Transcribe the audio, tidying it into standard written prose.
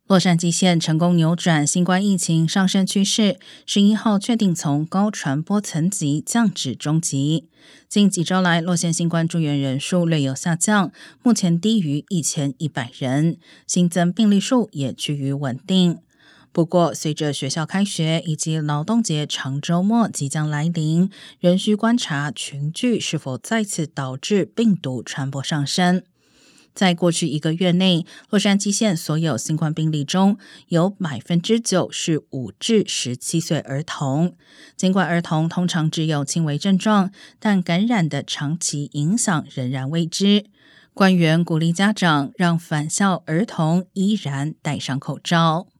洛杉矶县成功扭转新冠疫情上升趋势，11号确定从高传播层级降至中级。近几周来，洛县新冠住院人数略有下降，目前低于1100人，新增病例数也趋于稳定。不过，随着学校开学以及劳动节长周末即将来临，仍需观察群聚是否再次导致病毒传播上升。在过去1个月内，洛杉矶县所有新冠病例中有 9% 是5至17岁儿童。尽管儿童通常只有轻微症状，但感染的长期影响仍然未知。官员鼓励家长让返校儿童依然戴上口罩。